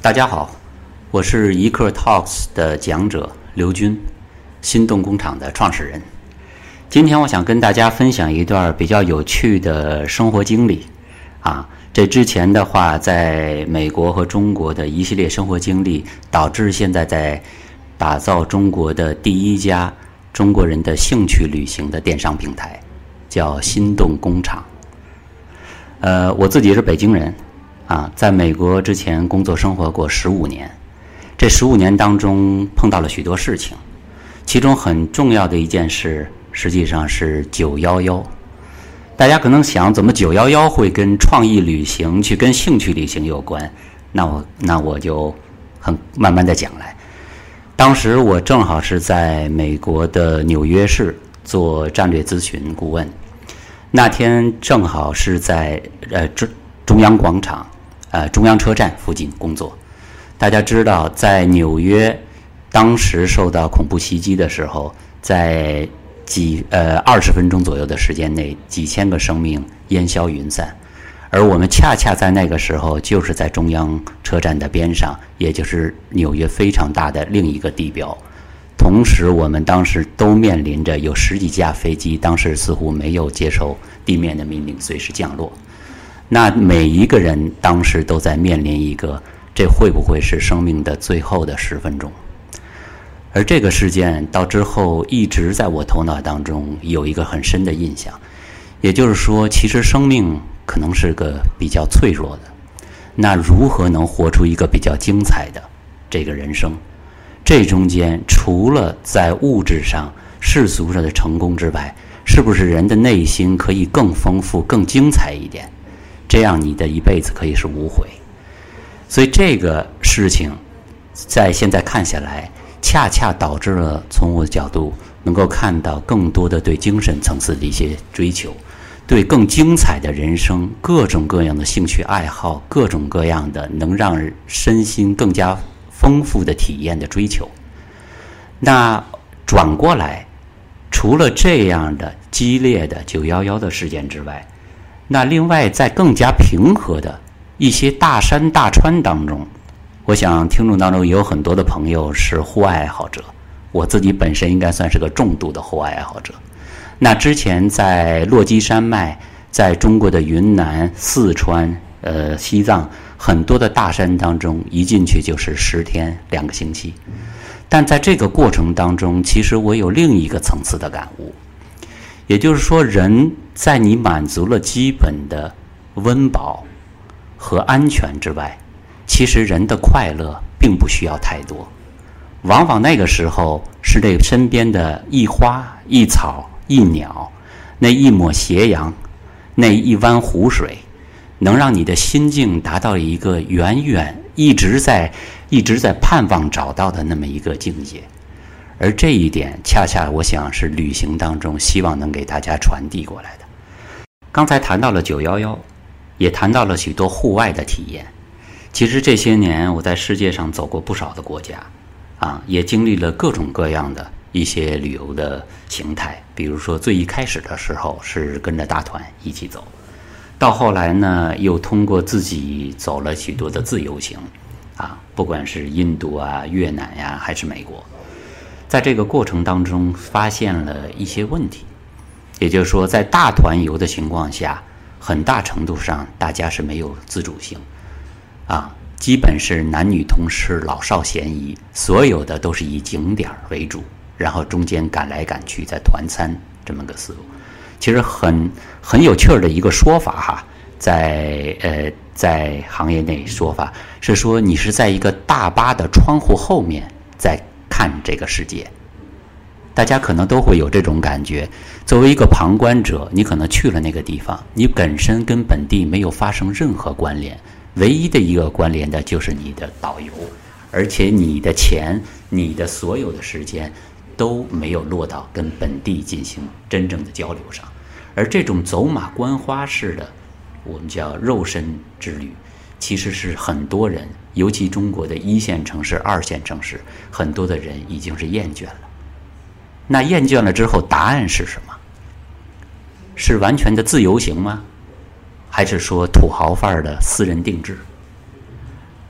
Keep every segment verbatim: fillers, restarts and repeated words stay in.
大家好，我是一刻 Talks 的讲者刘军，心动工厂的创始人。今天我想跟大家分享一段比较有趣的生活经历啊。这之前的话，在美国和中国的一系列生活经历，导致现在在打造中国的第一家中国人的兴趣旅行的电商平台，叫心动工厂。呃，我自己是北京人啊，在美国之前工作生活过十五年，这十五年当中碰到了许多事情，其中很重要的一件事，实际上是九一一。大家可能想，怎么九一一会跟创意旅行去跟兴趣旅行有关？那我那我就很慢慢的讲来。当时我正好是在美国的纽约市做战略咨询顾问，那天正好是在呃中中央广场呃中央车站附近工作。大家知道，在纽约当时受到恐怖袭击的时候，在几呃二十分钟左右的时间内，几千个生命烟消云散，而我们恰恰在那个时候就是在中央车站的边上，也就是纽约非常大的另一个地标。同时我们当时都面临着有十几架飞机，当时似乎没有接受地面的命令随时降落，那每一个人当时都在面临一个，这会不会是生命的最后的十分钟。而这个事件到之后一直在我头脑当中有一个很深的印象，也就是说，其实生命可能是个比较脆弱的，那如何能活出一个比较精彩的这个人生？这中间除了在物质上世俗上的成功之外，是不是人的内心可以更丰富更精彩一点，这样你的一辈子可以是无悔。所以这个事情在现在看下来，恰恰导致了从我的角度能够看到更多的对精神层次的一些追求，对更精彩的人生，各种各样的兴趣爱好，各种各样的能让身心更加丰富的体验的追求。那转过来，除了这样的激烈的九一一的事件之外，那另外在更加平和的一些大山大川当中，我想听众当中也有很多的朋友是户外爱好者，我自己本身应该算是个重度的户外爱好者。那之前在落基山脉，在中国的云南、四川、呃西藏很多的大山当中，一进去就是十天两个星期。但在这个过程当中，其实我有另一个层次的感悟，也就是说，人在你满足了基本的温饱和安全之外，其实人的快乐并不需要太多，往往那个时候是这身边的一花一草一鸟，那一抹斜阳，那一湾湖水，能让你的心境达到一个远远一直在一直在盼望找到的那么一个境界。而这一点恰恰我想是旅行当中希望能给大家传递过来的。刚才谈到了九一一，也谈到了许多户外的体验。其实这些年我在世界上走过不少的国家啊，也经历了各种各样的一些旅游的形态。比如说最一开始的时候是跟着大团一起走，到后来呢又通过自己走了许多的自由行啊，不管是印度啊、越南呀、还是美国。在这个过程当中发现了一些问题，也就是说在大团游的情况下，很大程度上大家是没有自主性啊，基本是男女通吃，老少咸宜，所有的都是以景点为主，然后中间赶来赶去，在团餐这么个思路。其实很很有趣的一个说法哈，在呃在行业内说法是说，你是在一个大巴的窗户后面在看这个世界。大家可能都会有这种感觉，作为一个旁观者，你可能去了那个地方，你本身跟本地没有发生任何关联，唯一的一个关联的就是你的导游，而且你的钱，你的所有的时间都没有落到跟本地进行真正的交流上。而这种走马观花式的我们叫肉身之旅，其实是很多人，尤其中国的一线城市、二线城市，很多的人已经是厌倦了。那厌倦了之后，答案是什么？是完全的自由行吗？还是说土豪范儿的私人定制？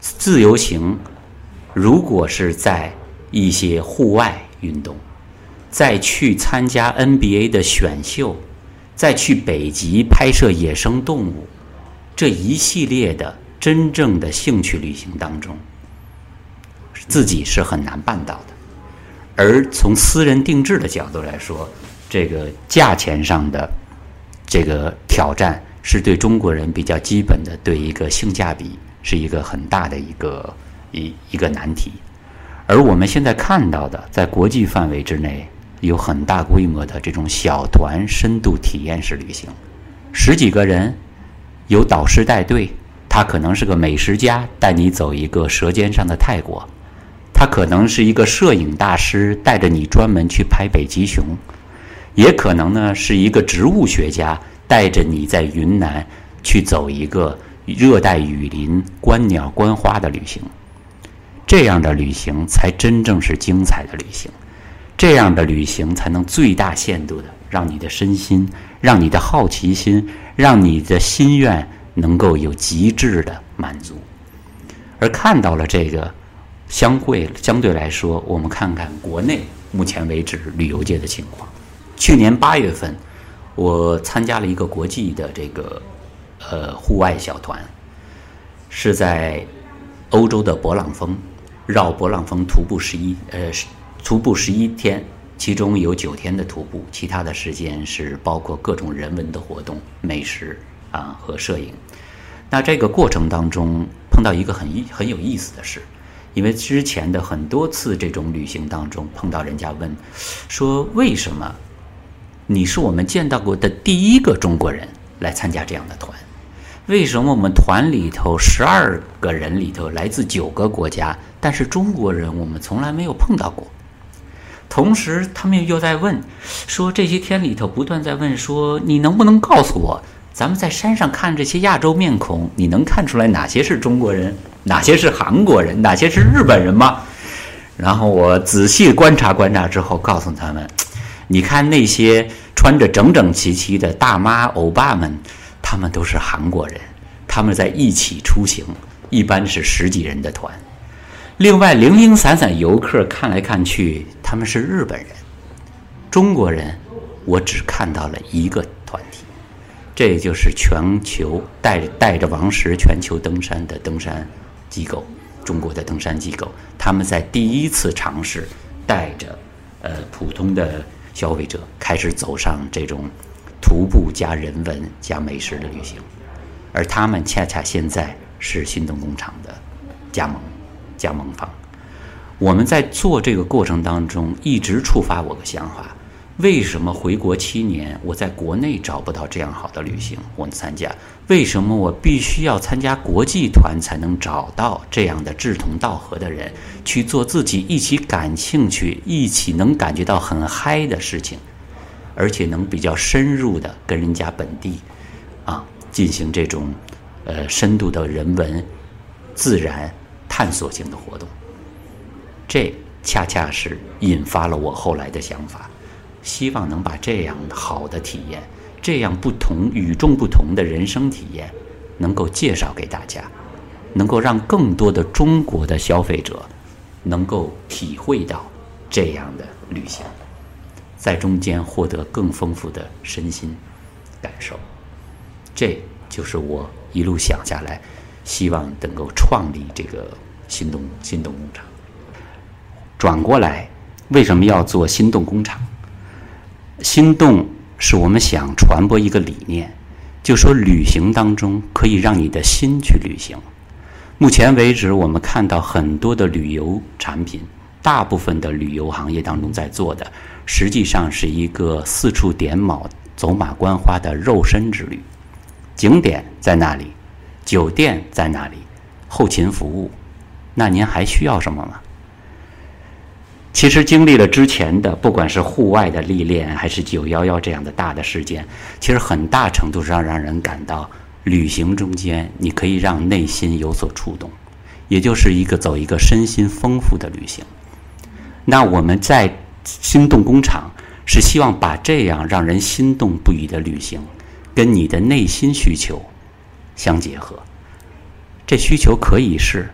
自由行如果是在一些户外运动，再去参加 N B A 的选秀，再去北极拍摄野生动物，这一系列的真正的兴趣旅行当中，自己是很难办到的。而从私人定制的角度来说，这个价钱上的这个挑战是对中国人比较基本的，对一个性价比是一个很大的一个一一个难题。而我们现在看到的，在国际范围之内有很大规模的这种小团深度体验式旅行，十几个人，有导师带队，他可能是个美食家，带你走一个舌尖上的泰国，他可能是一个摄影大师，带着你专门去拍北极熊，也可能呢是一个植物学家，带着你在云南去走一个热带雨林观鸟观花的旅行。这样的旅行才真正是精彩的旅行，这样的旅行才能最大限度的让你的身心，让你的好奇心，让你的心愿能够有极致的满足。而看到了这个相会相对来说，我们看看国内目前为止旅游界的情况。去年八月份，我参加了一个国际的这个呃户外小团，是在欧洲的勃朗峰，绕勃朗峰徒步十一呃徒步十一天，其中有九天的徒步，其他的时间是包括各种人文的活动、美食啊和摄影。那这个过程当中碰到一个很很有意思的事，因为之前的很多次这种旅行当中碰到人家问说，为什么你是我们见到过的第一个中国人来参加这样的团？为什么我们团里头十二个人里头来自九个国家，但是中国人我们从来没有碰到过？同时他们又在问说，这些天里头不断在问说，你能不能告诉我，咱们在山上看这些亚洲面孔，你能看出来哪些是中国人，哪些是韩国人，哪些是日本人吗？然后我仔细观察观察之后告诉他们，你看那些穿着整整齐齐的大妈欧巴们，他们都是韩国人，他们在一起出行，一般是十几人的团。另外零零散散游客看来看去，他们是日本人。中国人我只看到了一个团体，这就是全球带带着王石全球登山的登山机构，中国的登山机构，他们在第一次尝试带着呃普通的消费者开始走上这种徒步加人文加美食的旅行，而他们恰恰现在是心动工厂的加盟加盟方。我们在做这个过程当中一直触发我的想法，为什么回国七年我在国内找不到这样好的旅行我参加？为什么我必须要参加国际团才能找到这样的志同道合的人，去做自己一起感兴趣，一起能感觉到很嗨的事情，而且能比较深入的跟人家本地啊进行这种呃深度的人文自然探索性的活动？这恰恰是引发了我后来的想法，希望能把这样好的体验，这样不同与众不同的人生体验能够介绍给大家，能够让更多的中国的消费者能够体会到这样的旅行，在中间获得更丰富的身心感受。这就是我一路想下来希望能够创立这个心动心动工厂。转过来，为什么要做心动工厂？心动是我们想传播一个理念，就说旅行当中可以让你的心去旅行。目前为止我们看到很多的旅游产品，大部分的旅游行业当中在做的实际上是一个四处点卯走马观花的肉身之旅。景点在那里，酒店在那里，后勤服务，那您还需要什么吗？其实经历了之前的不管是户外的历练还是九一一这样的大的事件，其实很大程度上让人感到旅行中间你可以让内心有所触动，也就是一个走一个身心丰富的旅行。那我们在心动工厂是希望把这样让人心动不已的旅行跟你的内心需求相结合。这需求可以是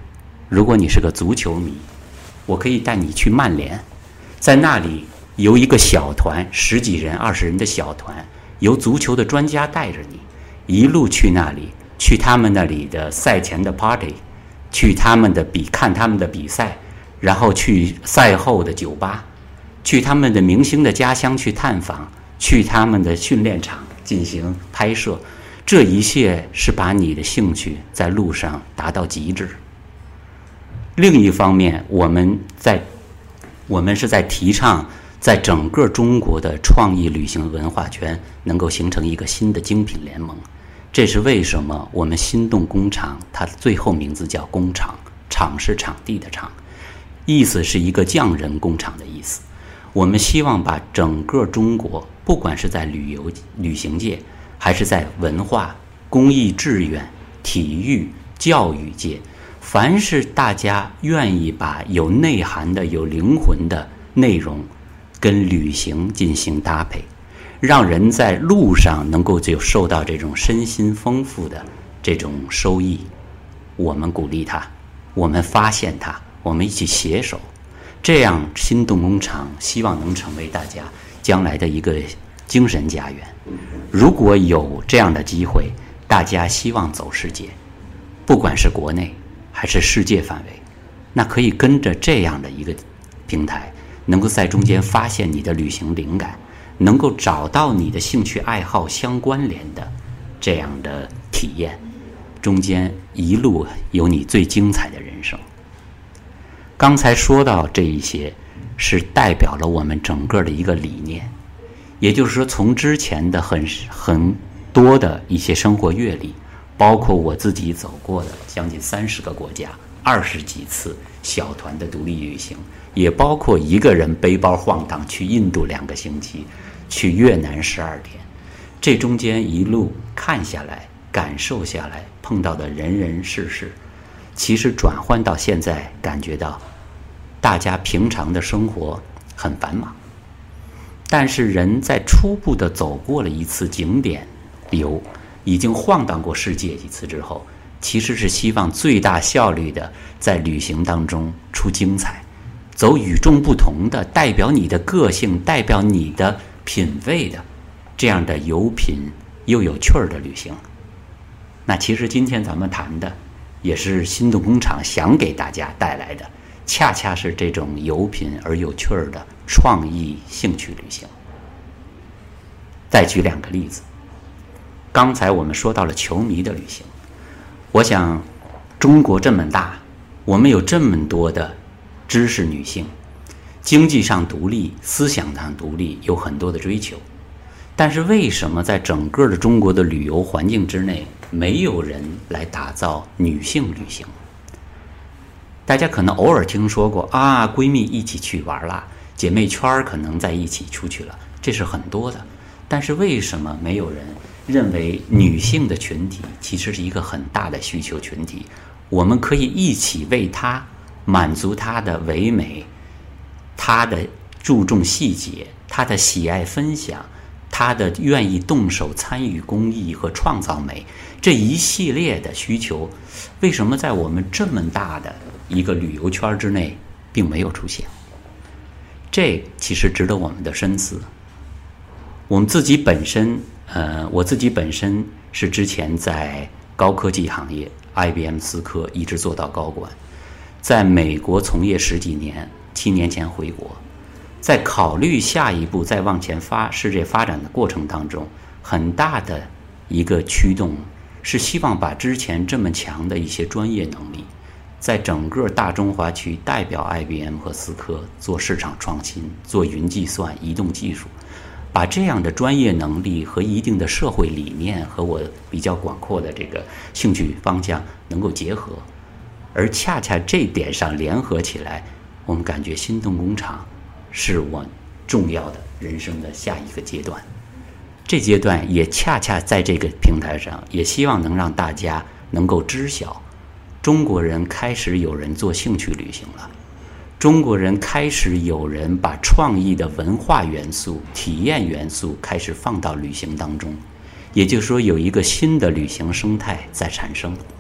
如果你是个足球迷，我可以带你去曼联，在那里由一个小团十几人、二十人的小团，由足球的专家带着你，一路去那里，去他们那里的赛前的 party， 去他们的比看他们的比赛，然后去赛后的酒吧，去他们的明星的家乡去探访，去他们的训练场进行拍摄。这一切是把你的兴趣在路上达到极致。另一方面，我们在我们是在提倡在整个中国的创意旅行文化圈能够形成一个新的精品联盟。这是为什么我们心动工厂它最后名字叫工厂，厂是场地的厂，意思是一个匠人工厂的意思。我们希望把整个中国，不管是在旅游旅行界，还是在文化、公益志愿、体育、教育界，凡是大家愿意把有内涵的、有灵魂的内容跟旅行进行搭配，让人在路上能够就受到这种身心丰富的这种收益，我们鼓励他，我们发现他，我们一起携手，这样心动工厂希望能成为大家将来的一个精神家园。如果有这样的机会，大家希望走世界，不管是国内还是世界范围，那可以跟着这样的一个平台，能够在中间发现你的旅行灵感，能够找到你的兴趣爱好相关联的这样的体验，中间一路有你最精彩的人生。刚才说到这一些，是代表了我们整个的一个理念，也就是说，从之前的很很多的一些生活阅历，包括我自己走过的将近三十个国家，二十几次小团的独立旅行，也包括一个人背包晃荡去印度两个星期，去越南十二天，这中间一路看下来、感受下来，碰到的人人事事，其实转换到现在，感觉到大家平常的生活很繁忙，但是人在初步的走过了一次景点游，已经晃荡过世界几次之后，其实是希望最大效率的在旅行当中出精彩，走与众不同的，代表你的个性、代表你的品味的这样的有品又有趣儿的旅行。那其实今天咱们谈的也是心动工厂想给大家带来的，恰恰是这种有品而有趣儿的创意兴趣旅行。再举两个例子，刚才我们说到了球迷的旅行，我想中国这么大，我们有这么多的知识女性，经济上独立，思想上独立，有很多的追求，但是为什么在整个的中国的旅游环境之内，没有人来打造女性旅行？大家可能偶尔听说过啊，闺蜜一起去玩了，姐妹圈可能在一起出去了，这是很多的。但是为什么没有人认为女性的群体其实是一个很大的需求群体？我们可以一起为她满足她的唯美，她的注重细节，她的喜爱分享，她的愿意动手参与公益和创造美，这一系列的需求，为什么在我们这么大的一个旅游圈之内并没有出现？这其实值得我们的深思。我们自己本身，呃，我自己本身是之前在高科技行业 I B M 思科一直做到高管，在美国从业十几年，七年前回国，在考虑下一步再往前发世界发展的过程当中，很大的一个驱动是希望把之前这么强的一些专业能力，在整个大中华区代表 I B M 和思科做市场创新，做云计算、移动技术，把这样的专业能力和一定的社会理念和我比较广阔的这个兴趣方向能够结合，而恰恰这点上联合起来，我们感觉心动工厂是我重要的人生的下一个阶段。这阶段也恰恰在这个平台上，也希望能让大家能够知晓，中国人开始有人做兴趣旅行了，中国人开始有人把创意的文化元素、体验元素开始放到旅行当中，也就是说有一个新的旅行生态在产生。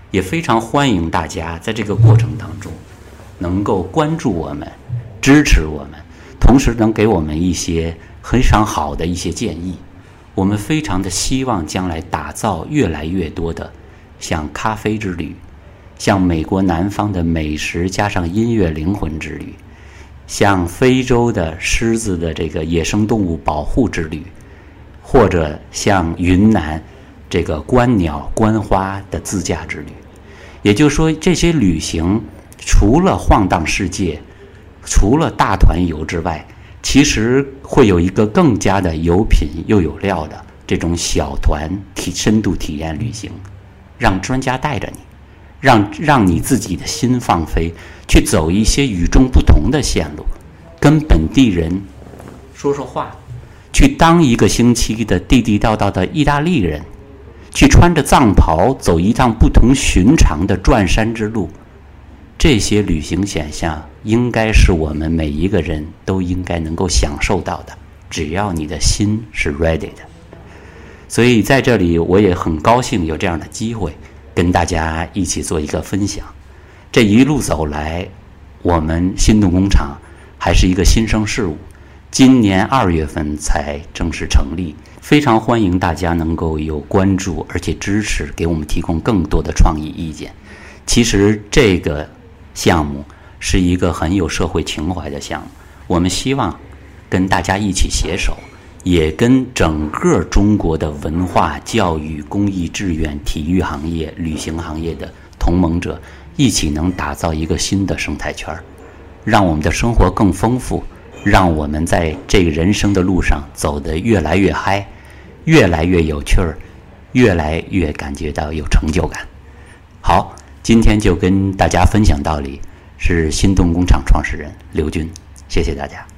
也非常欢迎大家在这个过程当中能够关注我们，支持我们，同时能给我们一些非常好的一些建议。我们非常的希望将来打造越来越多的像咖啡之旅，像美国南方的美食加上音乐灵魂之旅，像非洲的狮子的这个野生动物保护之旅，或者像云南这个观鸟观花的自驾之旅。也就是说，这些旅行除了晃荡世界，除了大团游之外，其实会有一个更加的有品又有料的这种小团体深度体验旅行，让专家带着你，让让你自己的心放飞，去走一些与众不同的线路，跟本地人说说话，去当一个星期的地地道道的意大利人，去穿着藏袍走一趟不同寻常的转山之路。这些旅行选项应该是我们每一个人都应该能够享受到的，只要你的心是 ready 的。所以在这里我也很高兴有这样的机会跟大家一起做一个分享。这一路走来，我们心动工厂还是一个新生事物，今年二月份才正式成立，非常欢迎大家能够有关注而且支持，给我们提供更多的创意意见。其实这个项目是一个很有社会情怀的项目，我们希望跟大家一起携手，也跟整个中国的文化、教育、公益、志愿、体育行业、旅行行业的同盟者一起能打造一个新的生态圈，让我们的生活更丰富，让我们在这个人生的路上走得越来越嗨，越来越有趣儿，越来越感觉到有成就感。好，今天就跟大家分享到这里，是心动工厂创始人刘军，谢谢大家。